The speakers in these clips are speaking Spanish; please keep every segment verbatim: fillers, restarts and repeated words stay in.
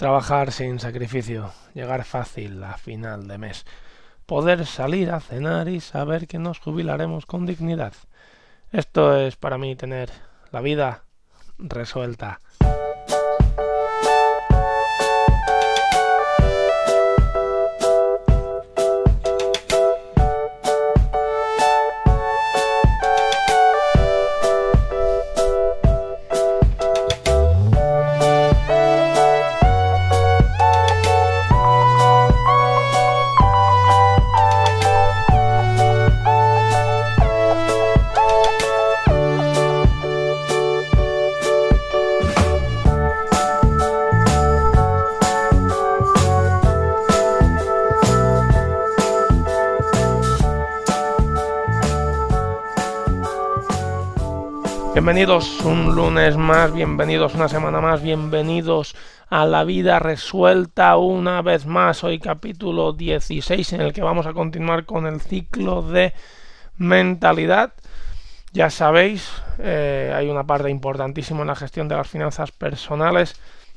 Trabajar sin sacrificio, llegar fácil a final de mes, poder salir a cenar y saber que nos jubilaremos con dignidad. Esto es para mí tener la vida resuelta. Bienvenidos un lunes más, bienvenidos una semana más, bienvenidos a La Vida Resuelta una vez más. Hoy capítulo dieciséis en el que vamos a continuar con el ciclo de mentalidad. Ya sabéis, eh, hay una parte importantísima en la gestión de las finanzas personales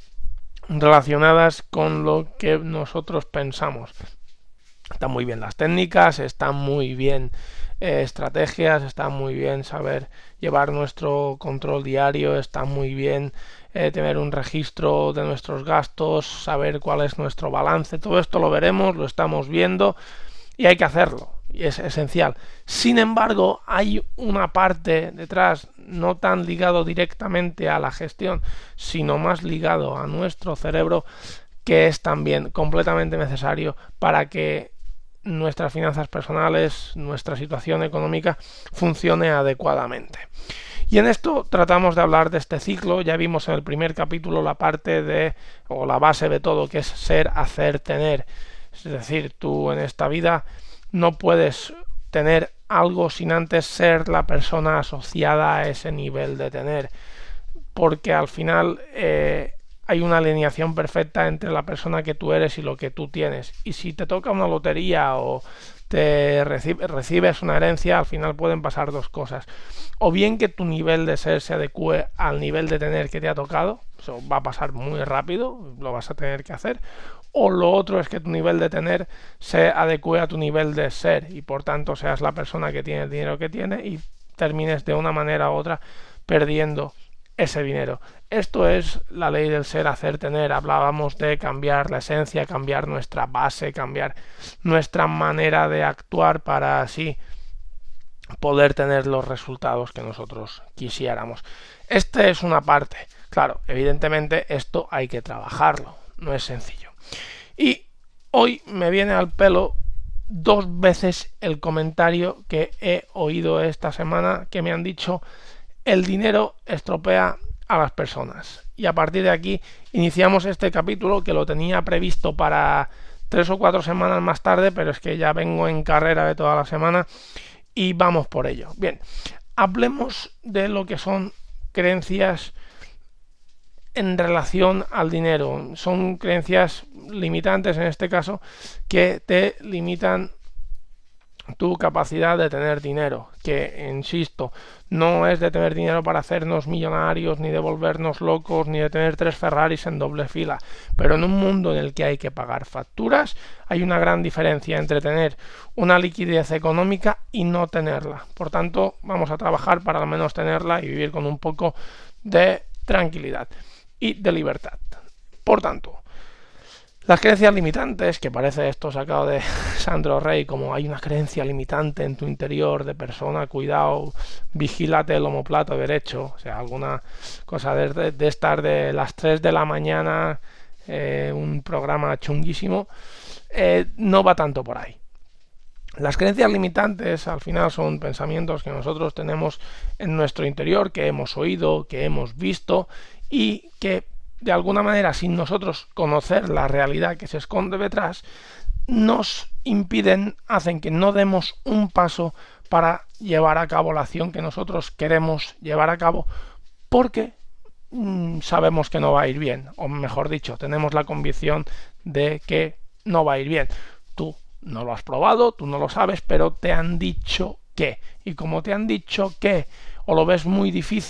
relacionadas con lo que nosotros pensamos. Están muy bien las técnicas, están muy bien eh, estrategias, está muy bien saber llevar nuestro control diario, está muy bien eh, tener un registro de nuestros gastos, saber cuál es nuestro balance. Todo esto lo veremos, lo estamos viendo y hay que hacerlo, y es esencial. Sin embargo, hay una parte detrás no tan ligado directamente a la gestión, sino más ligado a nuestro cerebro, que es también completamente necesario para que nuestras finanzas personales, nuestra situación económica funcione adecuadamente. Y en esto tratamos de hablar de este ciclo. Ya vimos en el primer capítulo la parte de, o la base de todo, que es ser, hacer, tener. Es decir, tú en esta vida no puedes tener algo sin antes ser la persona asociada a ese nivel de tener, porque al final eh, hay una alineación perfecta entre la persona que tú eres y lo que tú tienes. Y si te toca una lotería o te recibe, recibes una herencia, al final pueden pasar dos cosas. O bien que tu nivel de ser se adecue al nivel de tener que te ha tocado, eso va a pasar muy rápido, lo vas a tener que hacer. O lo otro es que tu nivel de tener se adecue a tu nivel de ser y por tanto seas la persona que tiene el dinero que tiene y termines de una manera u otra perdiendo ese dinero. Esto es la ley del ser, hacer, tener. Hablábamos de cambiar la esencia, cambiar nuestra base, cambiar nuestra manera de actuar para así poder tener los resultados que nosotros quisiéramos. Esta es una parte. Claro, evidentemente esto hay que trabajarlo, no es sencillo. Y hoy me viene al pelo dos veces el comentario que he oído esta semana, que me han dicho: el dinero estropea a las personas. Y a partir de aquí iniciamos este capítulo, que lo tenía previsto para tres o cuatro semanas más tarde, pero es que ya vengo en carrera de toda la semana y vamos por ello. Bien, hablemos de lo que son creencias en relación al dinero. Son creencias limitantes en este caso, que te limitan tu capacidad de tener dinero, que insisto, no es de tener dinero para hacernos millonarios, ni de volvernos locos, ni de tener tres Ferraris en doble fila, pero en un mundo en el que hay que pagar facturas, hay una gran diferencia entre tener una liquidez económica y no tenerla. Por tanto, vamos a trabajar para al menos tenerla y vivir con un poco de tranquilidad y de libertad. Por tanto, las creencias limitantes, que parece esto sacado de Sandro Rey, como hay una creencia limitante en tu interior de persona, cuidado, vigílate el omoplato derecho, o sea, alguna cosa de, de, de estar de las tres de la mañana, eh, un programa chunguísimo, eh, no va tanto por ahí. Las creencias limitantes al final son pensamientos que nosotros tenemos en nuestro interior, que hemos oído, que hemos visto y que de alguna manera, sin nosotros conocer la realidad que se esconde detrás, nos impiden, hacen que no demos un paso para llevar a cabo la acción que nosotros queremos llevar a cabo, porque mmm, sabemos que no va a ir bien, o mejor dicho, tenemos la convicción de que no va a ir bien. Tú no lo has probado, tú no lo sabes, pero te han dicho que, y como te han dicho que o lo ves muy difícil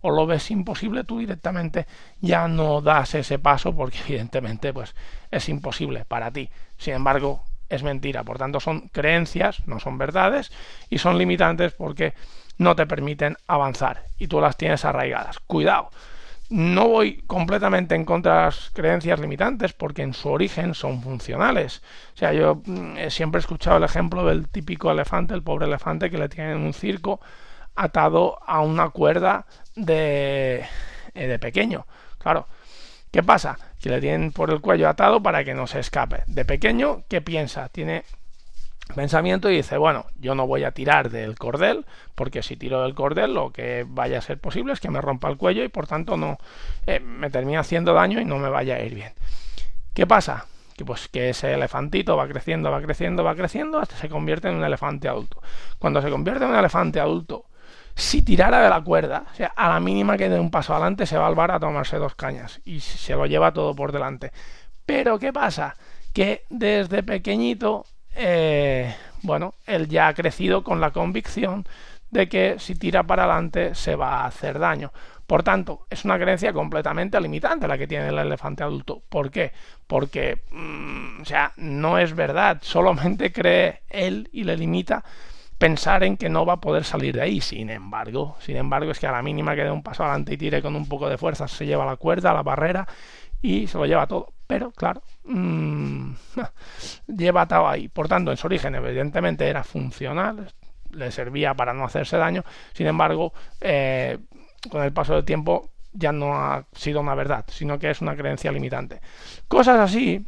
o lo ves imposible, tú directamente ya no das ese paso porque evidentemente pues es imposible para ti. Sin embargo, es mentira. Por tanto, son creencias, no son verdades, y son limitantes porque no te permiten avanzar y tú las tienes arraigadas. Cuidado. No voy completamente en contra de las creencias limitantes porque en su origen son funcionales. O sea, yo eh, siempre he escuchado el ejemplo del típico elefante, el pobre elefante que le tienen en un circo atado a una cuerda de, eh, de pequeño. Claro, ¿qué pasa? Que le tienen por el cuello atado para que no se escape. De pequeño, ¿qué piensa? Tiene pensamiento y dice, bueno, yo no voy a tirar del cordel porque si tiro del cordel lo que vaya a ser posible es que me rompa el cuello y por tanto no eh, me termine haciendo daño y no me vaya a ir bien. ¿Qué pasa? Que pues que ese elefantito va creciendo, va creciendo, va creciendo hasta se convierte en un elefante adulto. Cuando se convierte en un elefante adulto, si tirara de la cuerda, o sea, a la mínima que dé un paso adelante se va al bar a tomarse dos cañas y se lo lleva todo por delante. Pero ¿qué pasa? Que desde pequeñito Eh, bueno, él ya ha crecido con la convicción de que si tira para adelante se va a hacer daño. Por tanto, es una creencia completamente limitante la que tiene el elefante adulto. ¿Por qué? Porque, mmm, o sea, no es verdad. Solamente cree él y le limita pensar en que no va a poder salir de ahí. Sin embargo, sin embargo, es que a la mínima que dé un paso adelante y tire con un poco de fuerza, se lleva la cuerda, la barrera y se lo lleva todo. Pero claro, mmm, lleva atado ahí. Por tanto, en su origen evidentemente era funcional, le servía para no hacerse daño. Sin embargo, eh, con el paso del tiempo ya no ha sido una verdad, sino que es una creencia limitante. Cosas así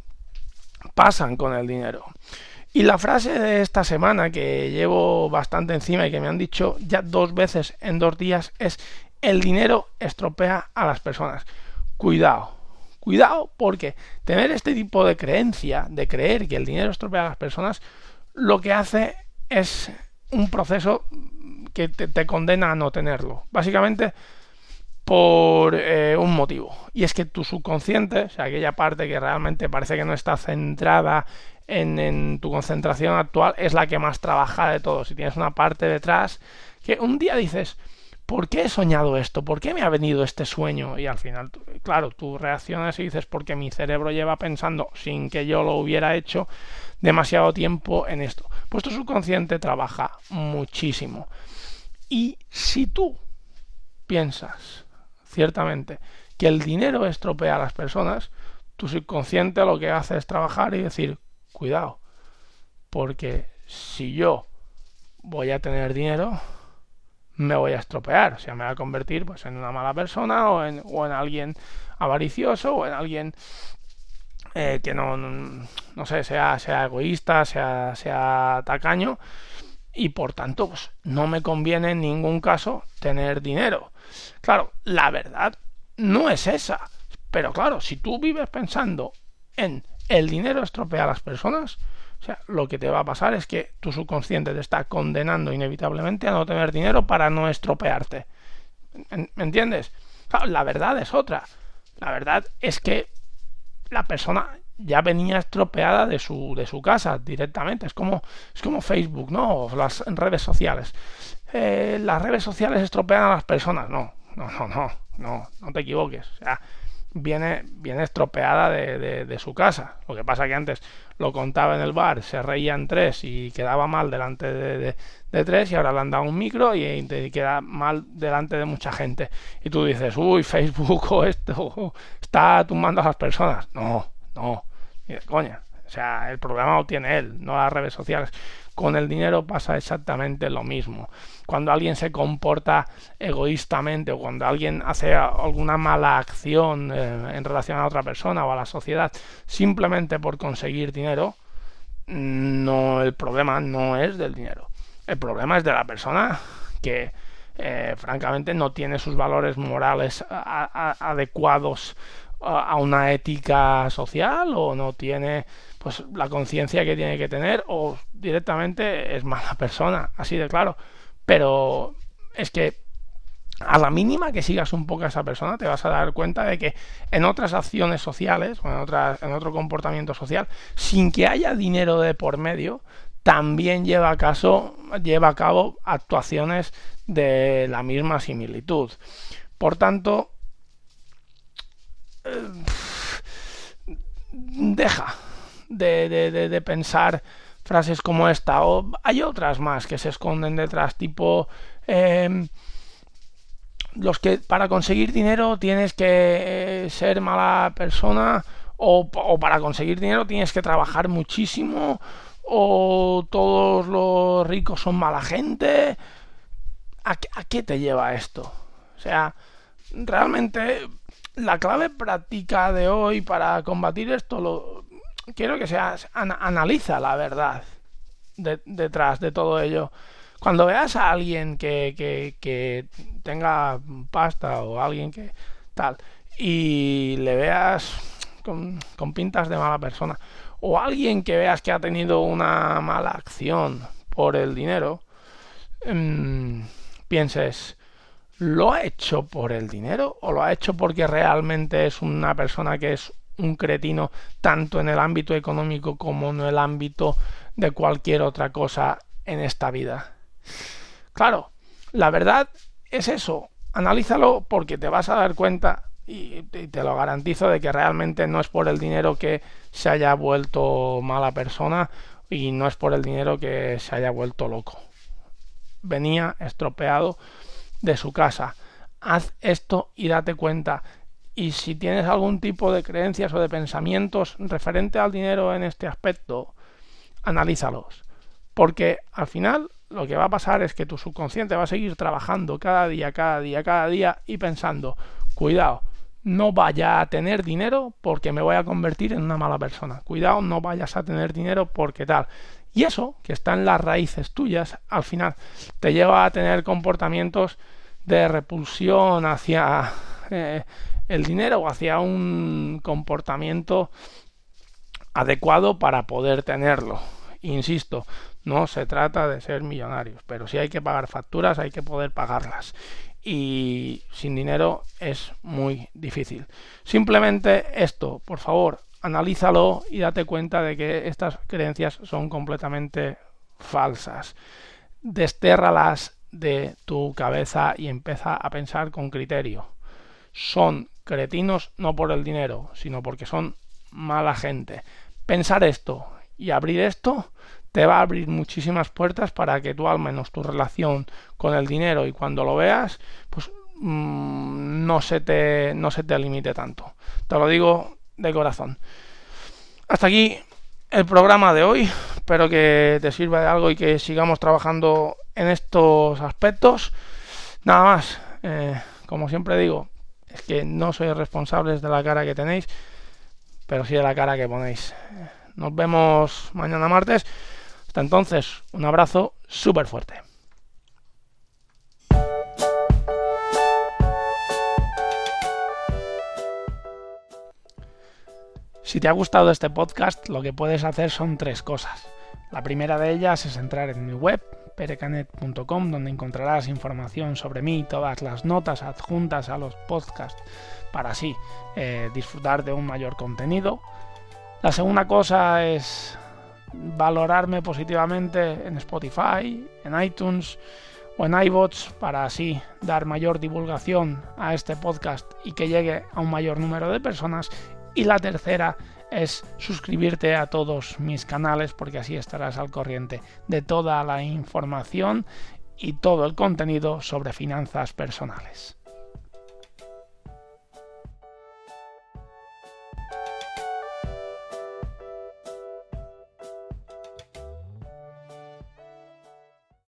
pasan con el dinero. Y la frase de esta semana que llevo bastante encima y que me han dicho ya dos veces en dos días es: el dinero estropea a las personas. Cuidado. Cuidado, porque tener este tipo de creencia, de creer que el dinero estropea a las personas, lo que hace es un proceso que te, te condena a no tenerlo. Básicamente por eh, un motivo. Y es que tu subconsciente, o sea, aquella parte que realmente parece que no está centrada en, en tu concentración actual, es la que más trabaja de todo. Si tienes una parte detrás que un día dices: ¿por qué he soñado esto? ¿Por qué me ha venido este sueño? Y al final, claro, tú reaccionas y dices: porque mi cerebro lleva pensando, sin que yo lo hubiera hecho, demasiado tiempo en esto. Pues tu subconsciente trabaja muchísimo. Y si tú piensas, ciertamente, que el dinero estropea a las personas, tu subconsciente lo que hace es trabajar y decir: cuidado, porque si yo voy a tener dinero, me voy a estropear, o sea, me voy a convertir pues en una mala persona o en, o en alguien avaricioso o en alguien eh, que no, no, no sé, sea, sea egoísta, sea, sea tacaño y por tanto pues no me conviene en ningún caso tener dinero. Claro, la verdad no es esa, pero claro, si tú vives pensando en el dinero estropea a las personas, o sea, lo que te va a pasar es que tu subconsciente te está condenando inevitablemente a no tener dinero para no estropearte. ¿Me entiendes? Claro, la verdad es otra. La verdad es que la persona ya venía estropeada de su, de su casa directamente. Es como, es como Facebook, ¿no? O las redes sociales. Eh, las redes sociales estropean a las personas. No, no, no, no, no, no te equivoques. O sea, viene, viene estropeada de, de, de su casa. Lo que pasa que antes lo contaba en el bar, se reían tres y quedaba mal delante de, de, de tres, y ahora le han dado un micro y te queda mal delante de mucha gente. Y tú dices: uy, Facebook o esto está tumbando a las personas. No, no, ni de coña. O sea, el problema lo tiene él, no las redes sociales. Con el dinero pasa exactamente lo mismo. Cuando alguien se comporta egoístamente o cuando alguien hace alguna mala acción eh, en relación a otra persona o a la sociedad simplemente por conseguir dinero, no, el problema no es del dinero. El problema es de la persona que eh, francamente no tiene sus valores morales a, a, adecuados a una ética social, o no tiene pues la conciencia que tiene que tener, o directamente es mala persona, así de claro. Pero es que a la mínima que sigas un poco a esa persona te vas a dar cuenta de que en otras acciones sociales o en, otras, en otro comportamiento social, sin que haya dinero de por medio, también lleva a, caso, lleva a cabo actuaciones de la misma similitud. Por tanto, eh, deja de, de, de, de pensar frases como esta, o hay otras más que se esconden detrás, tipo eh, los que para conseguir dinero tienes que eh, ser mala persona, o, o para conseguir dinero tienes que trabajar muchísimo, o todos los ricos son mala gente. ¿A, a qué te lleva esto? O sea, realmente la clave práctica de hoy para combatir esto, lo, quiero que seas, an, analiza la verdad de, detrás de todo ello. Cuando veas a alguien que, que, que tenga pasta, o alguien que tal, y le veas con, con pintas de mala persona, o alguien que veas que ha tenido una mala acción por el dinero, mmm, pienses, ¿lo ha hecho por el dinero o lo ha hecho porque realmente es una persona que es un cretino tanto en el ámbito económico como en el ámbito de cualquier otra cosa en esta vida? Claro, la verdad es eso. Analízalo, porque te vas a dar cuenta, y te lo garantizo, de que realmente no es por el dinero que se haya vuelto mala persona, y no es por el dinero que se haya vuelto loco. Venía estropeado de su casa. Haz esto y date cuenta. Y si tienes algún tipo de creencias o de pensamientos referente al dinero en este aspecto, analízalos, porque al final lo que va a pasar es que tu subconsciente va a seguir trabajando cada día, cada día, cada día, y pensando, cuidado, no vaya a tener dinero porque me voy a convertir en una mala persona, cuidado, no vayas a tener dinero porque tal. Y eso, que está en las raíces tuyas, al final te lleva a tener comportamientos de repulsión hacia eh, el dinero, o hacia un comportamiento adecuado para poder tenerlo. Insisto, no se trata de ser millonarios, pero si hay que pagar facturas, hay que poder pagarlas. Y sin dinero es muy difícil. Simplemente esto, por favor, analízalo y date cuenta de que estas creencias son completamente falsas. Destérralas de tu cabeza y empieza a pensar con criterio. Son cretinos no por el dinero, sino porque son mala gente. Pensar esto y abrir esto te va a abrir muchísimas puertas para que tú, al menos tu relación con el dinero, y cuando lo veas, pues mmm, no se te no se te limite tanto. Te lo digo de corazón. Hasta aquí el programa de hoy. Espero que te sirva de algo y que sigamos trabajando en estos aspectos. Nada más. Eh, como siempre digo, es que no sois responsables de la cara que tenéis, pero sí de la cara que ponéis. Nos vemos mañana martes. Hasta entonces, un abrazo súper fuerte. Si te ha gustado este podcast, lo que puedes hacer son tres cosas. La primera de ellas es entrar en mi web, perecanet punto com, donde encontrarás información sobre mí y todas las notas adjuntas a los podcasts para así eh, disfrutar de un mayor contenido. La segunda cosa es valorarme positivamente en Spotify, en iTunes o en iVoox, para así dar mayor divulgación a este podcast y que llegue a un mayor número de personas. Y la tercera es suscribirte a todos mis canales, porque así estarás al corriente de toda la información y todo el contenido sobre finanzas personales.